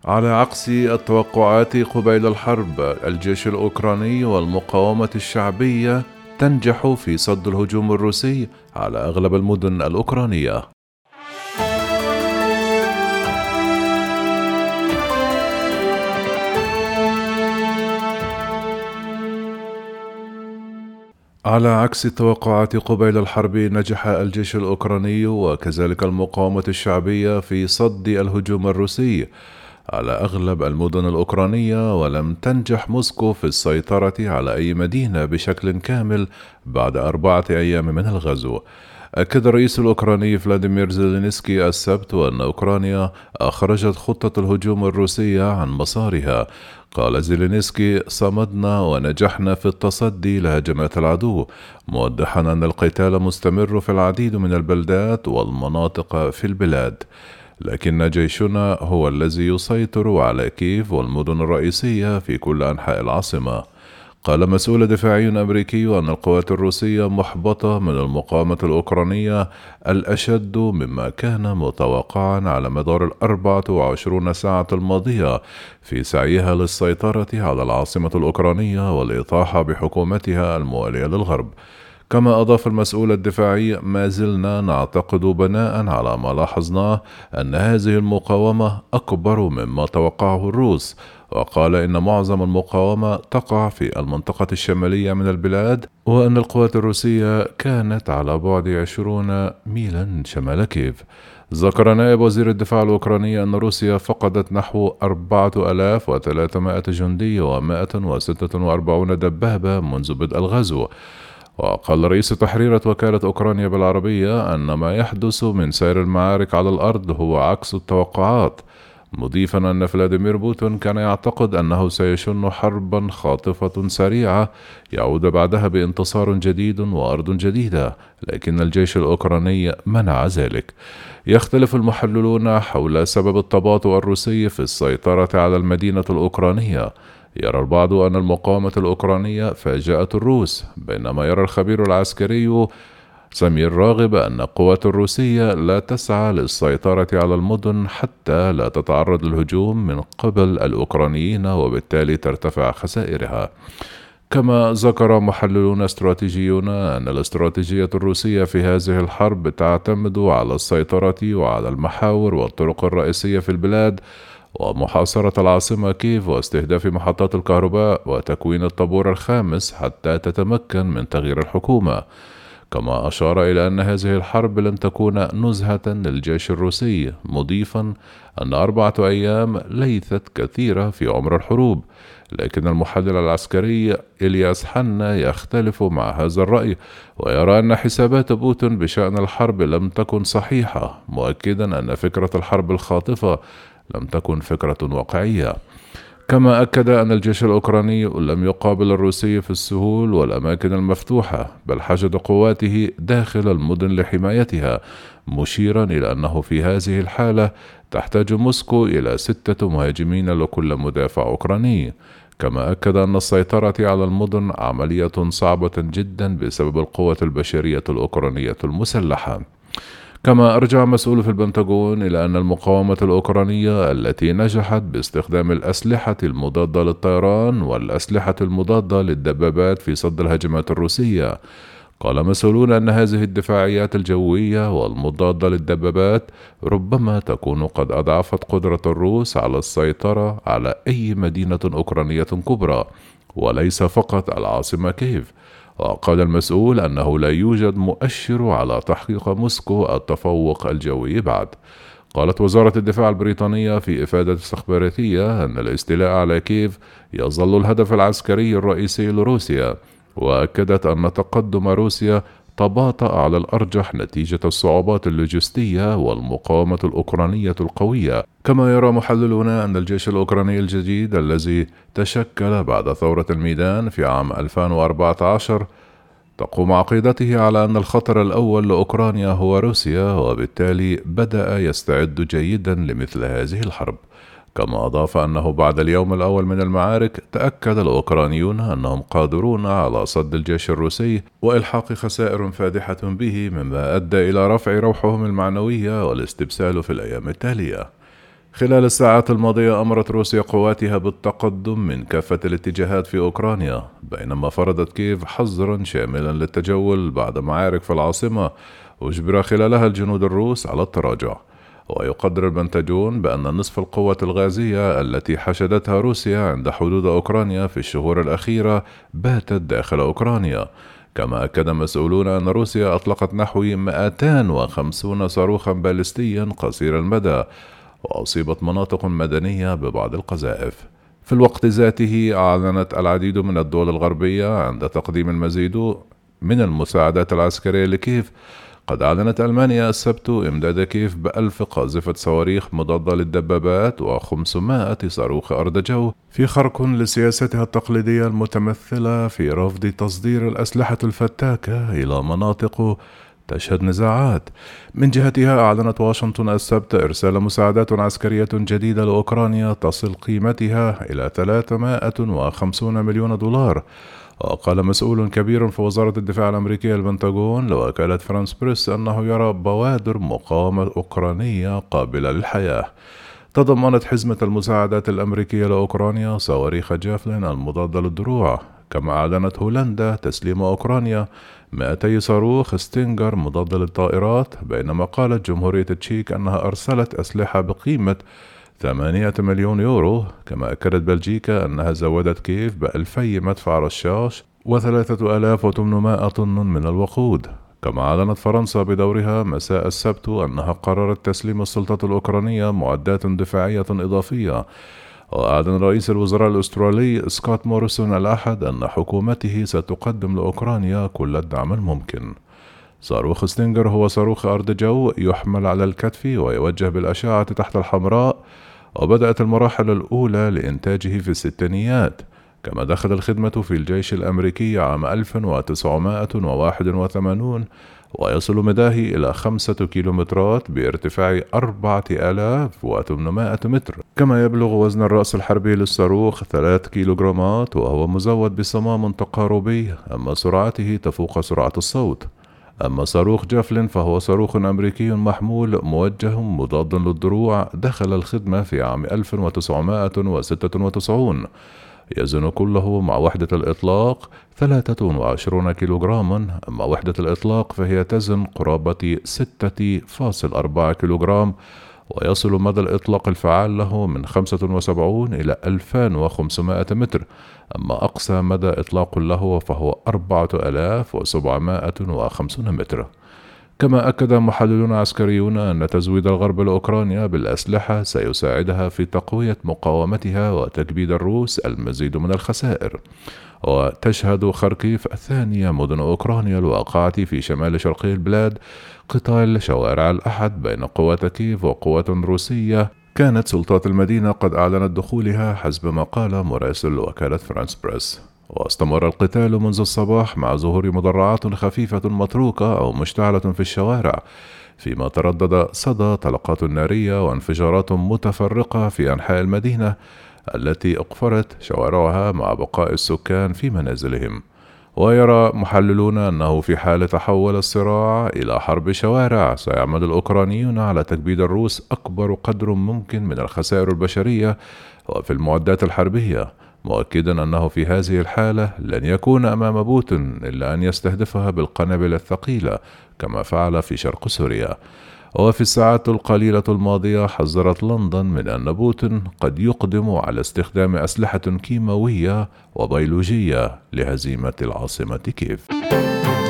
على عكس التوقعات قبيل الحرب، الجيش الأوكراني والمقاومة الشعبية تنجح في صد الهجوم الروسي على أغلب المدن الأوكرانية. على عكس التوقعات قبيل الحرب، نجح الجيش الأوكراني وكذلك المقاومة الشعبية في صد الهجوم الروسي على أغلب المدن الأوكرانية، ولم تنجح موسكو في السيطرة على أي مدينة بشكل كامل بعد 4 أيام من الغزو. أكد الرئيس الأوكراني فلاديمير زيلينسكي السبت أن أوكرانيا أخرجت خطة الهجوم الروسية عن مسارها. قال زيلينسكي: صمدنا ونجحنا في التصدي لهجمات العدو، موضحا أن القتال مستمر في العديد من البلدات والمناطق في البلاد، لكن جيشنا هو الذي يسيطر على كييف والمدن الرئيسية في كل أنحاء العاصمة. قال مسؤول دفاعي أمريكي أن القوات الروسية محبطة من المقاومة الأوكرانية الأشد مما كان متوقعا على مدار 24 ساعة الماضية في سعيها للسيطرة على العاصمة الأوكرانية والإطاحة بحكومتها الموالية للغرب. كما أضاف المسؤول الدفاعي: ما زلنا نعتقد بناء على ما لاحظناه أن هذه المقاومة أكبر مما توقعه الروس. وقال إن معظم المقاومة تقع في المنطقة الشمالية من البلاد، وأن القوات الروسية كانت على بعد 20 ميلا شمال كييف. ذكر نائب وزير الدفاع الأوكراني أن روسيا فقدت نحو 4300 جندي و146 دبابة منذ بدء الغزو. وقال رئيس تحريرة وكالة أوكرانيا بالعربية أن ما يحدث من سير المعارك على الأرض هو عكس التوقعات، مضيفا أن فلاديمير بوتين كان يعتقد أنه سيشن حربا خاطفة سريعة يعود بعدها بانتصار جديد وأرض جديدة، لكن الجيش الأوكراني منع ذلك. يختلف المحللون حول سبب التباطؤ الروسي في السيطرة على المدينة الأوكرانية. يرى البعض أن المقاومة الأوكرانية فاجأت الروس، بينما يرى الخبير العسكري سمير راغب أن القوات الروسية لا تسعى للسيطرة على المدن حتى لا تتعرض للهجوم من قبل الأوكرانيين وبالتالي ترتفع خسائرها. كما ذكر محللون استراتيجيون أن الاستراتيجية الروسية في هذه الحرب تعتمد على السيطرة على المحاور والطرق الرئيسية في البلاد، ومحاصرة العاصمة كييف واستهداف محطات الكهرباء وتكوين الطابور الخامس حتى تتمكن من تغيير الحكومة. كما أشار إلى أن هذه الحرب لن تكون نزهة للجيش الروسي، مضيفا أن 4 أيام ليست كثيرة في عمر الحروب. لكن المحلل العسكري إلياس حنا يختلف مع هذا الرأي، ويرى أن حسابات بوتين بشأن الحرب لم تكن صحيحة، مؤكدا أن فكرة الحرب الخاطفة لم تكن فكرة واقعية. كما أكد أن الجيش الأوكراني لم يقابل الروسي في السهول والأماكن المفتوحة، بل حشد قواته داخل المدن لحمايتها، مشيرا إلى أنه في هذه الحالة تحتاج موسكو إلى 6 مهاجمين لكل مدافع أوكراني. كما أكد أن السيطرة على المدن عملية صعبة جدا بسبب القوة البشرية الأوكرانية المسلحة. كما أرجع مسؤول في البنتاغون إلى أن المقاومة الأوكرانية التي نجحت باستخدام الأسلحة المضادة للطيران والأسلحة المضادة للدبابات في صد الهجمات الروسية. قال مسؤولون أن هذه الدفاعيات الجوية والمضادة للدبابات ربما تكون قد أضعفت قدرة الروس على السيطرة على أي مدينة أوكرانية كبرى، وليس فقط العاصمة كييف. وقال المسؤول أنه لا يوجد مؤشر على تحقيق موسكو التفوق الجوي بعد. قالت وزارة الدفاع البريطانية في إفادة استخباراتية أن الاستيلاء على كييف يظل الهدف العسكري الرئيسي لروسيا، وأكدت أن تقدم روسيا تباطأ على الأرجح نتيجة الصعوبات اللوجستية والمقاومة الأوكرانية القوية. كما يرى محللون أن الجيش الأوكراني الجديد الذي تشكل بعد ثورة الميدان في عام 2014 تقوم عقيدته على أن الخطر الأول لأوكرانيا هو روسيا، وبالتالي بدأ يستعد جيدا لمثل هذه الحرب. كما أضاف أنه بعد اليوم الأول من المعارك تأكد الأوكرانيون أنهم قادرون على صد الجيش الروسي وإلحاق خسائر فادحة به، مما أدى إلى رفع روحهم المعنوية والاستبسال في الأيام التالية. خلال الساعات الماضية أمرت روسيا قواتها بالتقدم من كافة الاتجاهات في أوكرانيا، بينما فرضت كييف حظرا شاملا للتجول بعد معارك في العاصمة أجبر خلالها الجنود الروس على التراجع. ويقدر البنتاجون بأن نصف القوة الغازية التي حشدتها روسيا عند حدود أوكرانيا في الشهور الأخيرة باتت داخل أوكرانيا. كما أكد مسؤولون أن روسيا أطلقت نحو 250 صاروخا باليستيا قصير المدى، وأصيبت مناطق مدنية ببعض القذائف. في الوقت ذاته أعلنت العديد من الدول الغربية عند تقديم المزيد من المساعدات العسكرية لكييف. قد أعلنت ألمانيا السبت إمداد كييف ب1000 قاذفة صواريخ مضادة للدبابات و500 صاروخ أرض جو، في خرق لسياستها التقليدية المتمثلة في رفض تصدير الأسلحة الفتاكة إلى مناطق تشهد نزاعات. من جهتها أعلنت واشنطن السبت إرسال مساعدات عسكرية جديدة لأوكرانيا تصل قيمتها إلى 350 مليون دولار. وقال مسؤول كبير في وزارة الدفاع الأمريكية البنتاغون لوكالة فرانس بريس أنه يرى بوادر مقاومة أوكرانية قابلة للحياة. تضمنت حزمة المساعدات الأمريكية لأوكرانيا صواريخ جافلين المضادة للدروع. كما أعلنت هولندا تسليم أوكرانيا 200 صاروخ ستينجر مضاد للطائرات، بينما قالت جمهورية التشيك أنها أرسلت أسلحة بقيمة 8 مليون يورو. كما أكدت بلجيكا أنها زودت كييف ب2000 مدفع رشاش و3800 طن من الوقود. كما أعلنت فرنسا بدورها مساء السبت أنها قررت تسليم السلطات الأوكرانية معدات دفاعية إضافية. وأعلن رئيس الوزراء الأسترالي سكوت موريسون الأحد أن حكومته ستقدم لأوكرانيا كل الدعم الممكن. صاروخ ستينجر هو صاروخ أرض جو يحمل على الكتف ويوجه بالأشعة تحت الحمراء، وبدأت المراحل الأولى لإنتاجه في الستينيات. كما دخل الخدمة في الجيش الأمريكي عام 1981، ويصل مداه إلى 5 كيلومترات بارتفاع 4800 متر. كما يبلغ وزن الرأس الحربي للصاروخ 3 كيلوغرامات، وهو مزود بصمام تقاربي، أما سرعته تفوق سرعة الصوت. أما صاروخ جافلين فهو صاروخ أمريكي محمول موجه مضاد للدروع، دخل الخدمة في عام 1996. يزن كله مع وحدة الإطلاق 23 كيلوغراما. أما وحدة الإطلاق فهي تزن قرابة 6.4 كيلوغرام، ويصل مدى الإطلاق الفعال له من 75 إلى 2500 متر. أما أقصى مدى إطلاق له فهو 4750 متر. كما أكد محللون عسكريون أن تزويد الغرب لأوكرانيا بالأسلحة سيساعدها في تقوية مقاومتها وتكبيد الروس المزيد من الخسائر. وتشهد خاركيف الثانية مدن أوكرانيا الواقعة في شمال شرقي البلاد قتال شوارع الأحد بين قوات كييف وقوات روسية. كانت سلطات المدينة قد أعلنت دخولها حسب ما قال مراسل وكالة فرانس بريس. واستمر القتال منذ الصباح مع ظهور مدرعات خفيفة متروكة أو مشتعلة في الشوارع، فيما تردد صدى طلقات نارية وانفجارات متفرقة في أنحاء المدينة التي أقفلت شوارعها مع بقاء السكان في منازلهم. ويرى محللون أنه في حال تحول الصراع إلى حرب شوارع، سيعمل الأوكرانيون على تكبيد الروس أكبر قدر ممكن من الخسائر البشرية وفي المعدات الحربية، مؤكدا أنه في هذه الحالة لن يكون أمام بوتين إلا أن يستهدفها بالقنابل الثقيلة كما فعل في شرق سوريا. وفي الساعات القليلة الماضية حذرت لندن من أن بوتين قد يقدم على استخدام أسلحة كيماوية وبيولوجية لهزيمة العاصمة كييف.